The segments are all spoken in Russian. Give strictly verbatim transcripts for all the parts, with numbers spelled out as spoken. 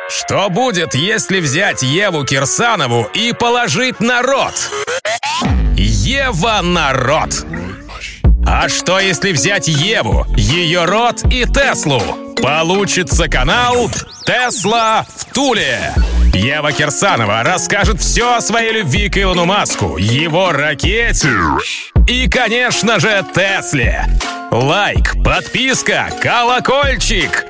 Что будет, если взять Еву Кирсанову и положить на рот? Ева на рот. А что, если взять Еву, ее рот и Теслу? Получится канал «Тесла в Туле». Ева Кирсанова расскажет все о своей любви к Илону Маску, его ракете и, конечно же, Тесле. Лайк, подписка, колокольчик.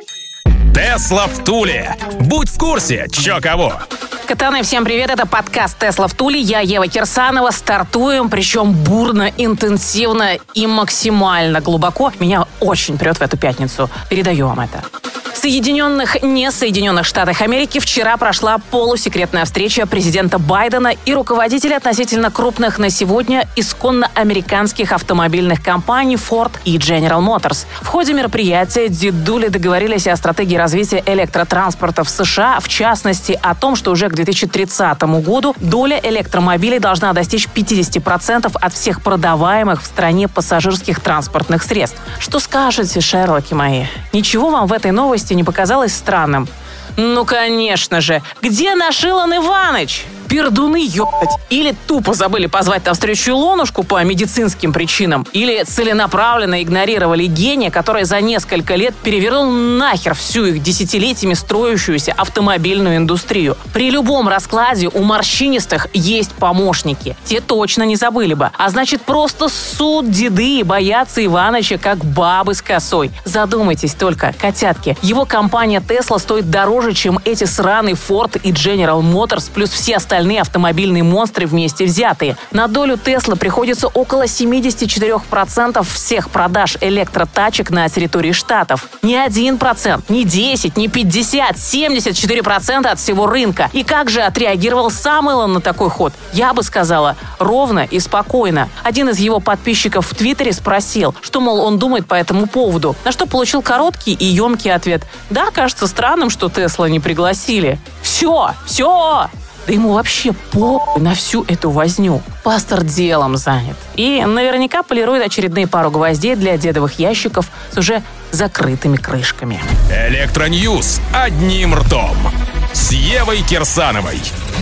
«Тесла в Туле». Будь в курсе, чё кого. Катаны, всем привет, это подкаст «Тесла в Туле», я Ева Кирсанова, стартуем, причем бурно, интенсивно и максимально глубоко. Меня очень прет в эту пятницу, передаю вам это. В Соединенных Несоединенных Штатах Америки вчера прошла полусекретная встреча президента Байдена и руководителей относительно крупных на сегодня исконно американских автомобильных компаний Ford и General Motors. В ходе мероприятия дедули договорились о стратегии развития электротранспорта в США, в частности о том, что уже к две тысячи тридцатому году доля электромобилей должна достичь пятьдесят процентов от всех продаваемых в стране пассажирских транспортных средств. Что скажете, Шерлоки мои? Ничего вам в этой новости не показалось странным? Ну, конечно же. Где наш Илон Иваныч? Пердуны, ёптать. Или тупо забыли позвать на встречу Илонушку по медицинским причинам, или целенаправленно игнорировали гения, который за несколько лет перевернул нахер всю их десятилетиями строящуюся автомобильную индустрию. При любом раскладе у морщинистых есть помощники. Те точно не забыли бы. А значит, просто суд деды и боятся Иваныча, как бабы с косой. Задумайтесь только, котятки. Его компания Tesla стоит дороже, чем эти сраные Ford и General Motors, плюс все остальные остальные автомобильные монстры вместе взятые. На долю Теслы приходится около семьдесят четыре процента всех продаж электротачек на территории штатов. Не один процент, не десять, не пятьдесят, семьдесят четыре процента от всего рынка. И как же отреагировал сам Илон на такой ход? Я бы сказала, ровно и спокойно. Один из его подписчиков в Твиттере спросил, что, мол, он думает по этому поводу. На что получил короткий и емкий ответ. Да, кажется странным, что Тесла не пригласили. Все, все! Да ему вообще похуй на всю эту возню. Пастор делом занят. И наверняка полирует очередные пару гвоздей для дедовых ящиков с уже закрытыми крышками. Электроньюз одним ртом. С Евой Кирсановой.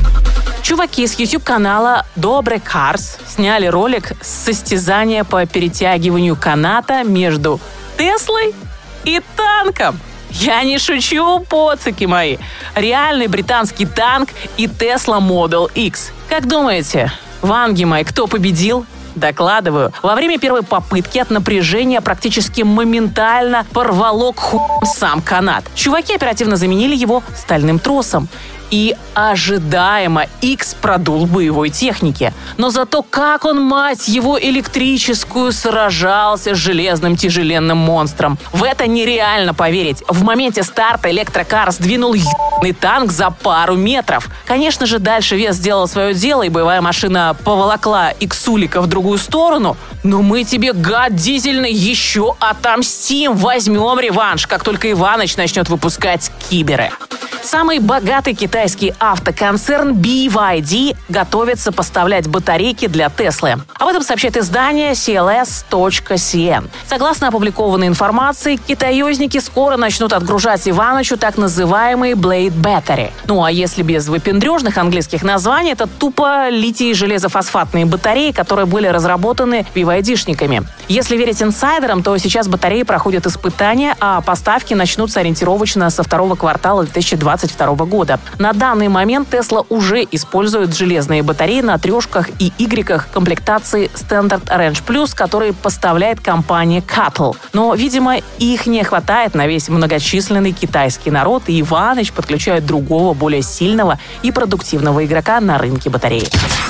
Чуваки с YouTube-канала Dobre Cars сняли ролик с состязания по перетягиванию каната между Теслой и танком. Я не шучу, поцики мои. Реальный британский танк и Tesla Model X. Как думаете, ванги мои, кто победил? Докладываю. Во время первой попытки от напряжения практически моментально порвало к хуям сам канат. Чуваки оперативно заменили его стальным тросом. И ожидаемо X продул боевой техники. Но зато как он, мать его, электрическую сражался с железным тяжеленным монстром. В это нереально поверить. В моменте старта электрокар сдвинул ебаный танк за пару метров. Конечно же, дальше вес сделал свое дело, и боевая машина поволокла иксулика в другую сторону. Но мы тебе, гад дизельный, еще отомстим. Возьмем реванш, как только Иваныч начнет выпускать киберы. Самый богатый китайский автоконцерн би вай ди готовится поставлять батарейки для Теслы. Об этом сообщает издание си эл эс точка си эн. Согласно опубликованной информации, китаёзники скоро начнут отгружать Иванычу так называемые Blade Battery. Ну а если без выпендрежных английских названий, это тупо литий-железофосфатные батареи, которые были разработаны би вай ди-шниками. Если верить инсайдерам, то сейчас батареи проходят испытания, а поставки начнутся ориентировочно со второго квартала две тысячи двадцать второго года. На данный момент Tesla уже использует железные батареи на трешках и игреках комплектации Standard Range Plus, которые поставляет компания Cattle. Но, видимо, их не хватает на весь многочисленный китайский народ, и Иваныч подключает другого, более сильного и продуктивного игрока на рынке батареи.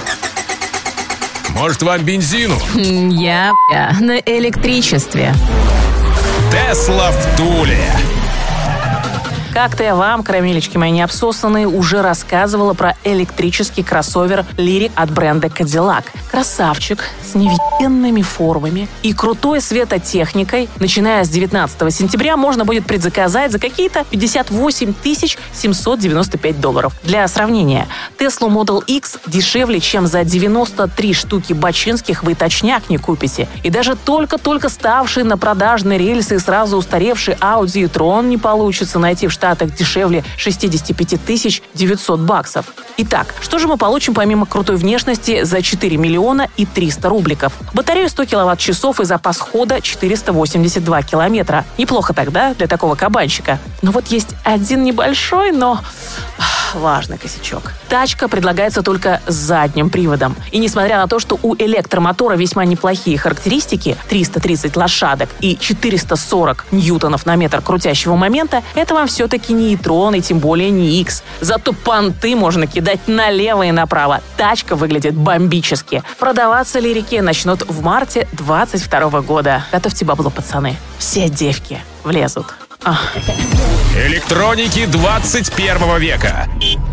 Может, вам бензину? Я, я на электричестве. Тесла в Туле. Как-то я вам, карамелечки мои необсосанные, уже рассказывала про электрический кроссовер Lyriq от бренда Cadillac. Красавчик с невъебенными формами и крутой светотехникой. Начиная с девятнадцатого сентября можно будет предзаказать за какие-то пятьдесят восемь тысяч семьсот девяносто пять долларов. Для сравнения, Tesla Model X дешевле, чем за девяносто три штуки бачинских вы точняк не купите. И даже только-только ставший на продажные рельсы и сразу устаревший Audi e-tron не получится найти в штате Штатах дешевле шестьдесят пять тысяч девятьсот баксов. Итак, что же мы получим помимо крутой внешности за четыре миллиона и триста рубликов? Батарею сто киловатт-часов и запас хода четыреста восемьдесят два километра. Неплохо тогда для такого кабанчика. Но вот есть один небольшой, но важный косячок. Тачка предлагается только с задним приводом. И несмотря на то, что у электромотора весьма неплохие характеристики, триста тридцать лошадок и четыреста сорок ньютонов на метр крутящего момента, это вам все-таки не e-tron и тем более не X. Зато понты можно кидать налево и направо. Тачка выглядит бомбически. Продаваться лирики начнут в марте двадцать второго года. Готовьте бабло, пацаны. Все девки влезут. Ах. Электроники двадцать первого века.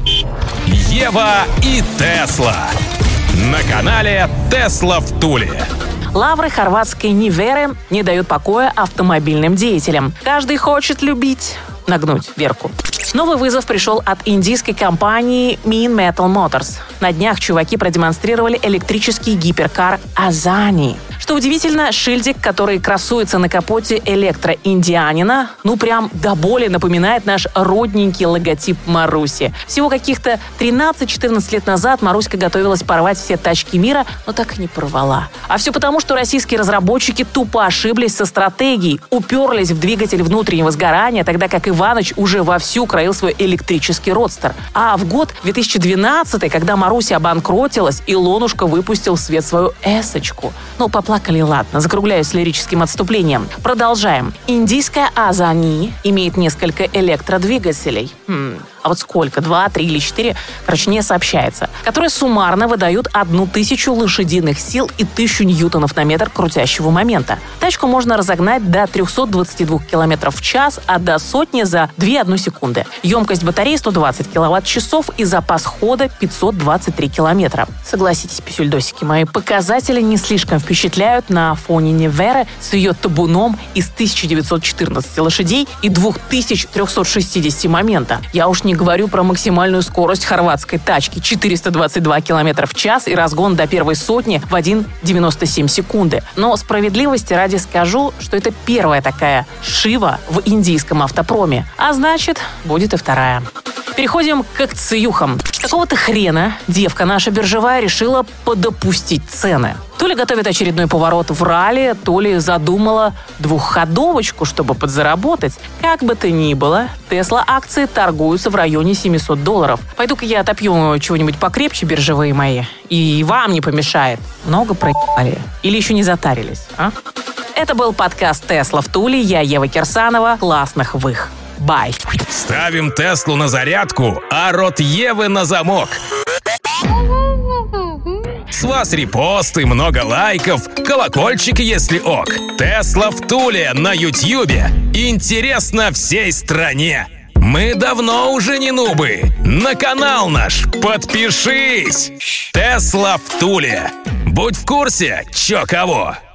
Ева и Тесла. На канале Тесла в Туле. Лавры хорватской Ниверы не дают покоя автомобильным деятелям. Каждый хочет любить, нагнуть Верку. Новый вызов пришел от индийской компании Mean Metal Motors. На днях чуваки продемонстрировали электрический гиперкар Азани. Что удивительно, шильдик, который красуется на капоте электроиндианина, ну прям до боли напоминает наш родненький логотип Маруси. Всего каких-то тринадцать-четырнадцать лет назад Маруська готовилась порвать все тачки мира, но так и не порвала. А все потому, что российские разработчики тупо ошиблись со стратегией, уперлись в двигатель внутреннего сгорания, тогда как Иваныч уже вовсю краил свой электрический родстер. А в год две тысячи двенадцатый, когда Маруся обанкротилась, Илонушка выпустил в свет свою эсочку. Ну, поплакали, ладно, закругляюсь с лирическим отступлением. Продолжаем. Индийская Азани имеет несколько электродвигателей. Хм, а вот сколько? Два, три или четыре? Короче, не сообщается. Которые суммарно выдают одну тысячу лошадиных сил и тысячу ньютонов на метр крутящего момента. Тачку можно разогнать до триста двадцать два километра в час, а до сотни за две целых одну секунды. Емкость батареи сто двадцать киловатт-часов и запас хода пятьсот двадцать три километра. Согласитесь, писюльдосики мои, показатели не слишком впечатляют на фоне Ниверы с ее табуном из тысяча девятьсот четырнадцати лошадей и две тысячи триста шестьдесят момента. Я уж не говорю про максимальную скорость хорватской тачки – четыреста двадцать два километра в час и разгон до первой сотни в один целых девяносто семь секунды. Но справедливости ради скажу, что это первая такая шива в индийском автопроме. А значит, будет и вторая. Переходим к акциюхам. Какого-то хрена девка наша биржевая решила подопустить цены. То ли готовит очередной поворот в ралли, то ли задумала двухходовочку, чтобы подзаработать. Как бы то ни было, Тесла акции торгуются в районе семьсот долларов. Пойду-ка я отопью чего-нибудь покрепче, биржевые мои. И вам не помешает. Много проебали. Или еще не затарились, а? Это был подкаст «Тесла в Туле». Я Ева Кирсанова. Классных вых. Бай. Ставим Теслу на зарядку, а рот Евы на замок. С вас репосты, много лайков, колокольчик, если ок. Тесла в Туле на Ютьюбе. Интересно всей стране. Мы давно уже не нубы. На канал наш подпишись. Тесла в Туле. Будь в курсе, чё кого.